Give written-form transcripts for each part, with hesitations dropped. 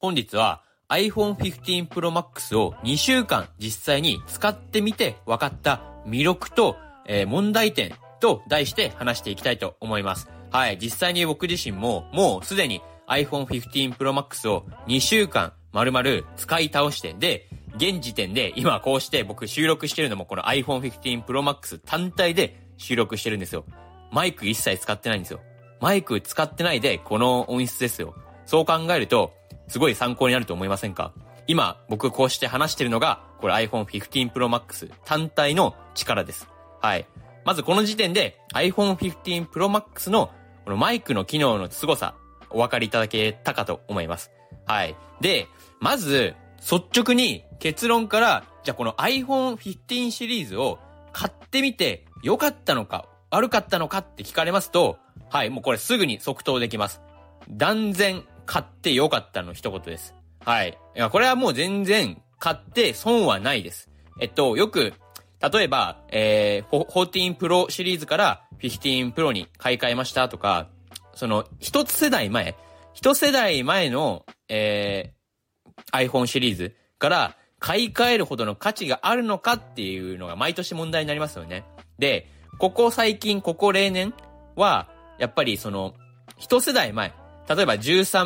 本日は iPhone 15 Pro Max を2週間実際に使ってみて分かった魅力と、問題点と題して話していきたいと思います。はい、実際に僕自身ももうすでに iPhone 15 Pro Max を2週間丸々使い倒して、で、現時点で今こうして僕収録してるのもこの iPhone 15 Pro Max 単体で収録してるんですよ。マイク一切使ってないんですよ。マイク使ってないでこの音質ですよ。そう考えるとすごい参考になると思いませんか？今僕こうして話してるのがこれ iPhone 15 Pro Max 単体の力です。はい。まずこの時点で iPhone 15 Pro Max のこのマイクの機能の凄さお分かりいただけたかと思います。はい。で、まず率直に結論から、じゃあこの iPhone 15シリーズを買ってみて良かったのか悪かったのかって聞かれますと、はい、もうこれすぐに即答できます。断然買って良かったの一言です。はい。いや、これはもう全然買って損はないです。よく、例えば、14 Pro シリーズから15 Pro に買い替えましたとか、その、一世代前の、iPhone シリーズから買い替えるほどの価値があるのかっていうのが毎年問題になりますよね。で、ここ例年は、やっぱりその、一世代前、例えば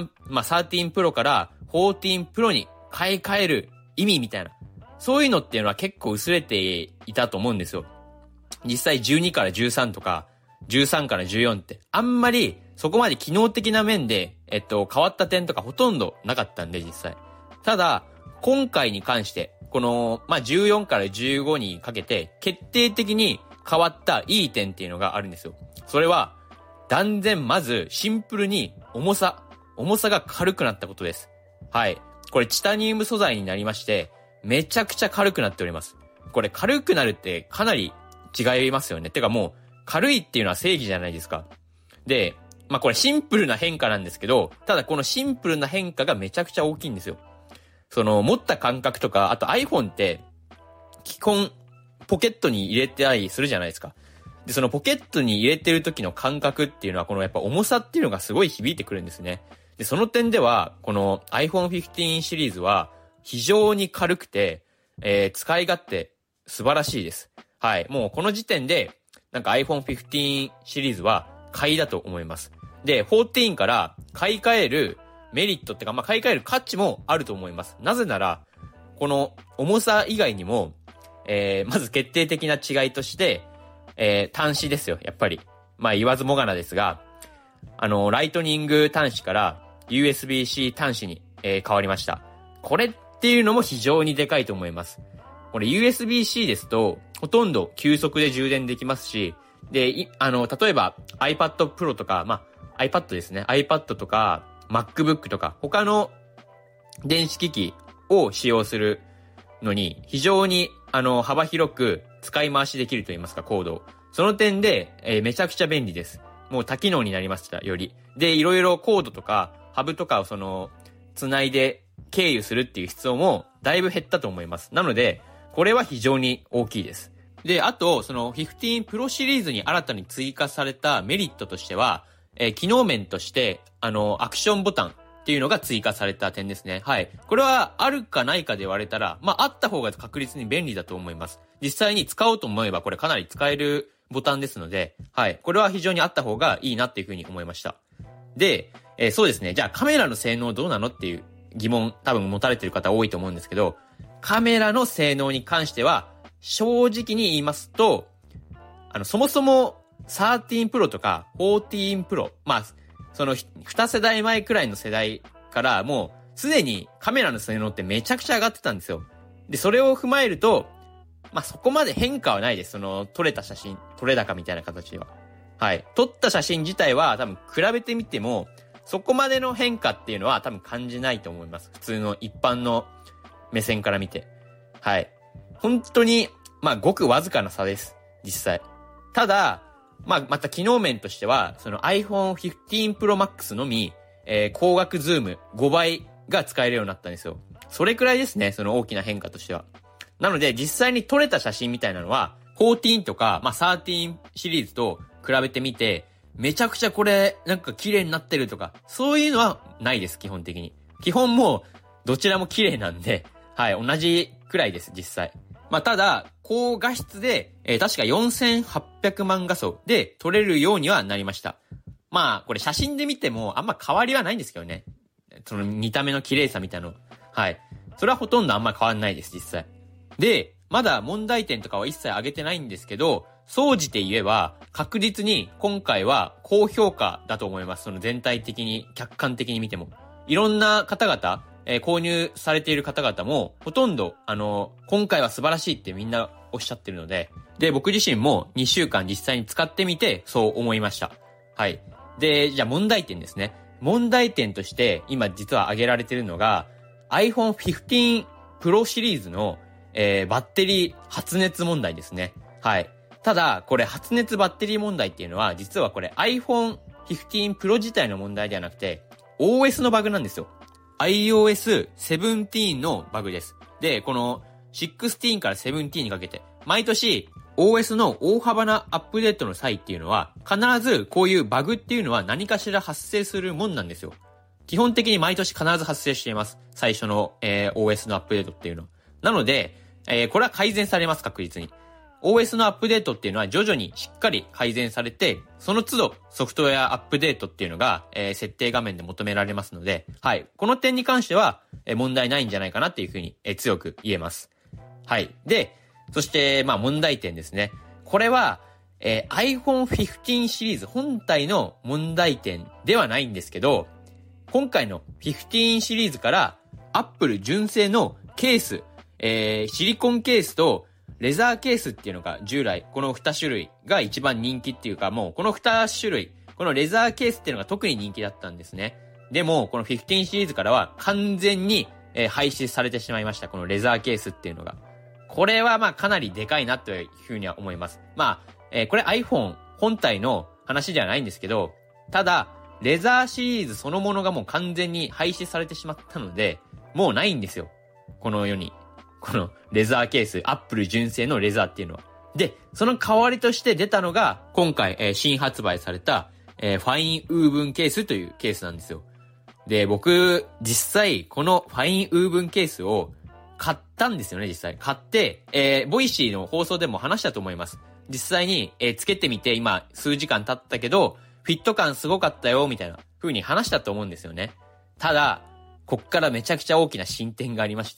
13、13 Pro から14 Pro に買い替える意味みたいな、そういうのっていうのは結構薄れていたと思うんですよ。実際12から13とか、13から14って、あんまりそこまで機能的な面で、変わった点とかほとんどなかったんで、実際。ただ、今回に関して、この、14から15にかけて、決定的に変わったいい点っていうのがあるんですよ。それは、断然まずシンプルに重さが軽くなったことです。はい。これチタニウム素材になりまして、めちゃくちゃ軽くなっております。これ軽くなるってかなり違いますよね。てかもう、軽いっていうのは正義じゃないですか。で、これシンプルな変化なんですけど、ただこのシンプルな変化がめちゃくちゃ大きいんですよ。その持った感覚とか、あと iPhone って基本ポケットに入れてたりするじゃないですか。で、そのポケットに入れてる時の感覚っていうのはこのやっぱ重さっていうのがすごい響いてくるんですね。で、その点ではこの iPhone 15シリーズは非常に軽くて、使い勝手素晴らしいです。はい。もうこの時点でなんか iPhone 15シリーズは買いだと思います。で、14から買い替えるメリットってか、買い替える価値もあると思います。なぜなら、この重さ以外にも、まず決定的な違いとして、端子ですよ、やっぱり。言わずもがなですが、ライトニング端子から USB-C 端子に、変わりました。これっていうのも非常にでかいと思います。これ USB-C ですと、ほとんど急速で充電できますし、で、例えば iPad Pro とか、iPad ですね。iPad とか MacBook とか他の電子機器を使用するのに非常に幅広く使い回しできると言いますか、コードを。その点で、めちゃくちゃ便利です。もう多機能になりました、より。で、いろいろコードとかハブとかを繋いで経由するっていう必要もだいぶ減ったと思います。なので、これは非常に大きいです。で、あと、15 Pro シリーズに新たに追加されたメリットとしては、機能面として、アクションボタンっていうのが追加された点ですね。はい。これはあるかないかで言われたら、あった方が確実に便利だと思います。実際に使おうと思えばこれかなり使えるボタンですので、はい。これは非常にあった方がいいなっていうふうに思いました。で、そうですね。じゃあカメラの性能どうなのっていう疑問多分持たれてる方多いと思うんですけど、カメラの性能に関しては正直に言いますと、そもそも13 Pro とか14 Pro、その2世代前くらいの世代からもうすでにカメラの性能ってめちゃくちゃ上がってたんですよ。で、それを踏まえると、そこまで変化はないです。撮れた写真、撮れ高みたいな形では。はい。撮った写真自体は多分比べてみても、そこまでの変化っていうのは多分感じないと思います。普通の一般の目線から見て。はい。本当に、ごくわずかな差です。実際。ただ、また機能面としては、iPhone 15 Pro Max のみ、光学ズーム5倍が使えるようになったんですよ。それくらいですね、大きな変化としては。なので、実際に撮れた写真みたいなのは、14とか、13シリーズと比べてみて、めちゃくちゃこれ、なんか綺麗になってるとか、そういうのはないです、基本的に。 基本もう、どちらも綺麗なんで、はい、同じくらいです、実際。まあ、ただ、高画質で、確か4800万画素で撮れるようにはなりました。まあ、これ写真で見てもあんま変わりはないんですけどね。その見た目の綺麗さみたいなの。はい。それはほとんどあんま変わんないです、実際。で、まだ問題点とかは一切挙げてないんですけど、総じて言えば、確実に今回は高評価だと思います。その全体的に、客観的に見ても。いろんな方々、購入されている方々も、ほとんど、今回は素晴らしいってみんなおっしゃってるので、で、僕自身も2週間実際に使ってみて、そう思いました。はい。で、じゃあ問題点ですね。問題点として、今実は挙げられているのが、iPhone 15 Pro シリーズの、バッテリー発熱問題ですね。はい。ただ、これ発熱バッテリー問題っていうのは、実はこれ iPhone 15 Pro 自体の問題ではなくて、OS のバグなんですよ。iOS 17のバグです。で、この16から17にかけて、毎年 OS の大幅なアップデートの際っていうのは、必ずこういうバグっていうのは何かしら発生するもんなんですよ。基本的に毎年必ず発生しています。最初の、OS のアップデートっていうのは。なので、これは改善されます、確実に。OS のアップデートっていうのは徐々にしっかり改善されて、その都度ソフトウェアアップデートっていうのが、設定画面で求められますので、はい。この点に関しては、問題ないんじゃないかなっていうふうに、強く言えます。はい。で、そして、まあ問題点ですね。これは、iPhone 15シリーズ本体の問題点ではないんですけど、今回の15シリーズから Apple 純正のケース、シリコンケースとレザーケースっていうのが従来、この2種類が一番人気っていうか、もうこの2種類、このレザーケースっていうのが特に人気だったんですね。でも、この15シリーズからは完全に、廃止されてしまいました。このレザーケースっていうのが。これはまあかなりでかいなというふうには思います。まあ、これ iPhone 本体の話ではないんですけど、ただ、レザーシリーズそのものがもう完全に廃止されてしまったので、もうないんですよ。この世に。このレザーケース、Apple 純正のレザーっていうのは。で、その代わりとして出たのが、今回、新発売された、ファインウーブンケースというケースなんですよ。で、僕、実際、このファインウーブンケースを買ったんですよね、実際。買って、ボイシーの放送でも話したと思います。実際に、つけてみて、今、数時間経ったけど、フィット感すごかったよ、みたいな風に話したと思うんですよね。ただ、こっからめちゃくちゃ大きな進展がありまして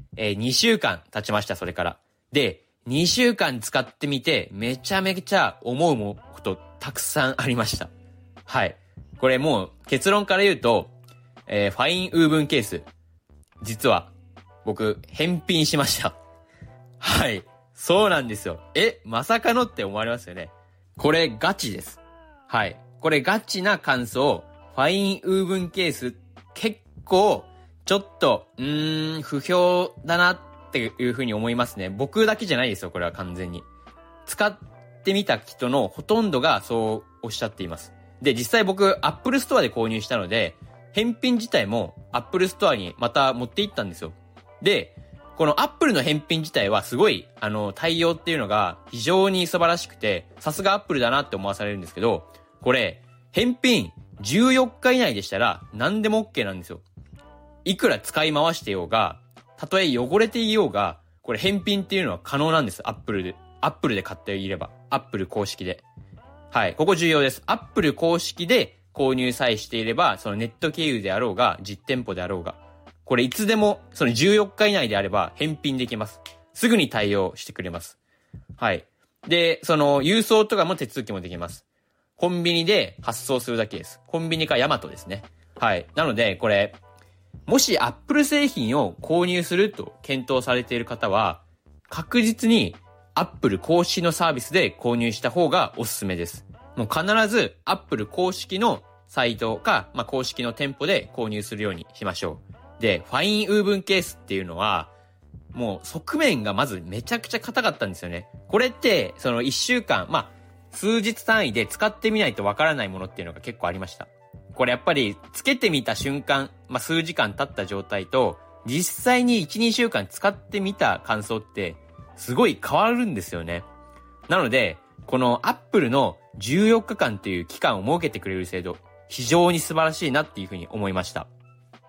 、2週間経ちました、それから。で、2週間使ってみて、めちゃめちゃ思うことたくさんありました。はい。これもう結論から言うと、ファインウーブンケース。実は、僕、返品しました。はい。そうなんですよ。まさかのって思われますよね。これガチです。はい。これガチな感想。ファインウーブンケース、結構、ちょっと、不評だなっていう風に思いますね。僕だけじゃないですよ、これは完全に。使ってみた人のほとんどがそうおっしゃっています。で、実際僕、Apple Store で購入したので、返品自体も Apple Store にまた持って行ったんですよ。で、この Apple の返品自体はすごい、対応っていうのが非常に素晴らしくて、さすが Apple だなって思わされるんですけど、これ、返品14日以内でしたら何でも OK なんですよ。いくら使い回してようが、たとえ汚れていようが、これ返品っていうのは可能なんです。Apple で買っていれば。Apple 公式で。はい。ここ重要です。Apple 公式で購入さえしていれば、そのネット経由であろうが、実店舗であろうが、これいつでも、その14日以内であれば返品できます。すぐに対応してくれます。はい。で、その郵送とかも手続きもできます。コンビニで発送するだけです。コンビニかヤマトですね。はい。なので、これ、もし Apple 製品を購入すると検討されている方は、確実に Apple 公式のサービスで購入した方がおすすめです。もう必ず Apple 公式のサイトか、公式の店舗で購入するようにしましょう。で、ファインウーブンケースっていうのは、もう側面がまずめちゃくちゃ硬かったんですよね。これって、その1週間、数日単位で使ってみないとわからないものっていうのが結構ありました。これやっぱりつけてみた瞬間、数時間経った状態と、実際に1、2週間使ってみた感想ってすごい変わるんですよね。なので、この Apple の14日間という期間を設けてくれる制度、非常に素晴らしいなっていうふうに思いました。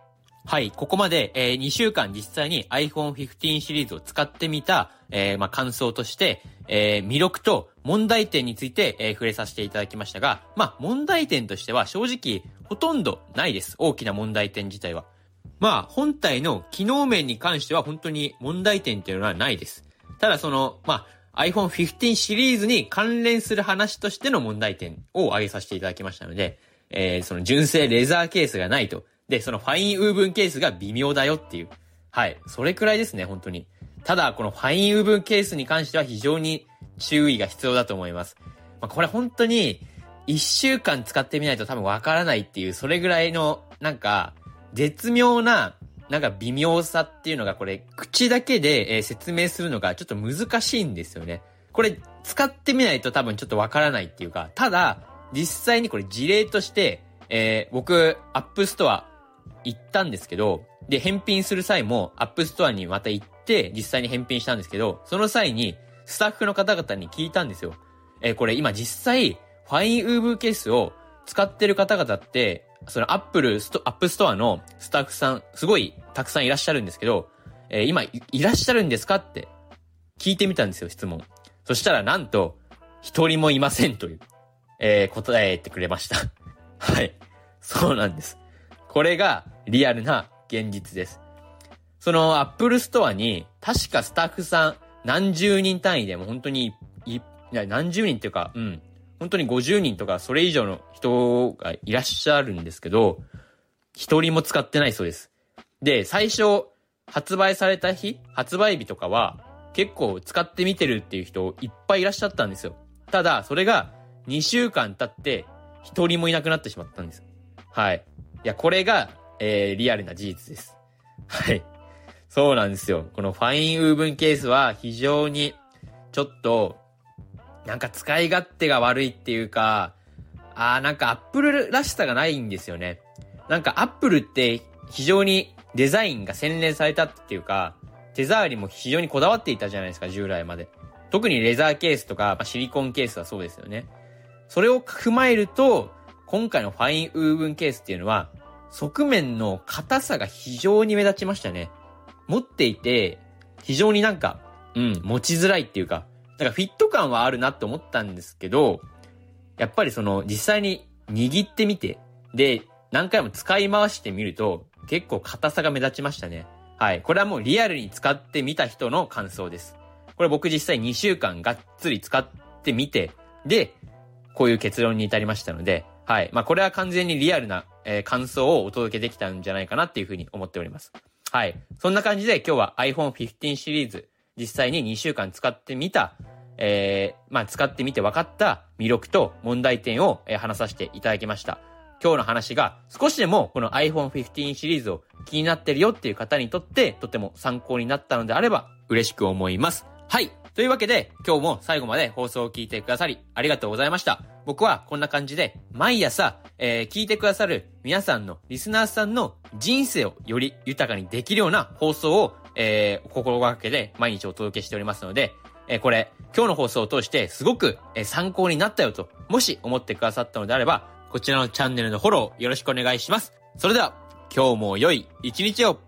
はい、ここまで、2週間実際に iPhone 15シリーズを使ってみた、感想として、魅力と問題点について、触れさせていただきましたが、問題点としては正直ほとんどないです。大きな問題点自体は。本体の機能面に関しては本当に問題点っていうのはないです。ただiPhone 15シリーズに関連する話としての問題点を挙げさせていただきましたので、その純正レザーケースがないと。で、そのファインウーブンケースが微妙だよっていう。はい。それくらいですね、本当に。ただ、このファインウーブンケースに関しては非常に注意が必要だと思います。これ本当に1週間使ってみないと多分わからないっていう、それぐらいの、絶妙な、微妙さっていうのがこれ、口だけで、説明するのがちょっと難しいんですよね。これ、使ってみないと多分ちょっとわからないっていうか、ただ、実際にこれ事例として、僕、アップストア行ったんですけど、で、返品する際も、アップストアにまた行って、実際に返品したんですけど、その際に、スタッフの方々に聞いたんですよ。これ今実際、ファインウーブンケースを使ってる方々って、そのアップストアのスタッフさん、すごいたくさんいらっしゃるんですけど、今いらっしゃるんですかって聞いてみたんですよ、質問。そしたらなんと、一人もいませんという、答えてくれました。はい。そうなんです。これがリアルな現実です。そのアップルストアに確かスタッフさん何十人単位でも本当に何十人っていうか、本当に50人とかそれ以上の人がいらっしゃるんですけど、一人も使ってないそうです。で、最初発売された日、発売日とかは結構使ってみてるっていう人いっぱいいらっしゃったんですよ。ただ、それが2週間経って一人もいなくなってしまったんです。はい。いや、これが、リアルな事実です。はい。そうなんですよ。このファインウーブンケースは非常にちょっと使い勝手が悪いっていうか、アップルらしさがないんですよね。アップルって非常にデザインが洗練されたっていうか、手触りも非常にこだわっていたじゃないですか、従来まで。特にレザーケースとか、シリコンケースはそうですよね。それを踏まえると、今回のファインウーブンケースっていうのは、側面の硬さが非常に目立ちましたね。持っていて、非常に持ちづらいっていうか、フィット感はあるなって思ったんですけど、やっぱり実際に握ってみて、で、何回も使い回してみると、結構硬さが目立ちましたね。はい。これはもうリアルに使ってみた人の感想です。これ僕実際2週間がっつり使ってみて、で、こういう結論に至りましたので、はい。これは完全にリアルな、感想をお届けできたんじゃないかなっていうふうに思っております。はい。そんな感じで今日は iPhone 15シリーズ、実際に2週間使ってみた、使ってみて分かった魅力と問題点を、話させていただきました。今日の話が少しでもこの iPhone 15シリーズを気になってるよっていう方にとってとても参考になったのであれば嬉しく思います。はい。というわけで今日も最後まで放送を聞いてくださりありがとうございました。僕はこんな感じで毎朝、聞いてくださる皆さんのリスナーさんの人生をより豊かにできるような放送を、心がけて毎日お届けしておりますので、これ今日の放送を通してすごく、参考になったよともし思ってくださったのであればこちらのチャンネルのフォローよろしくお願いします。それでは今日も良い一日を。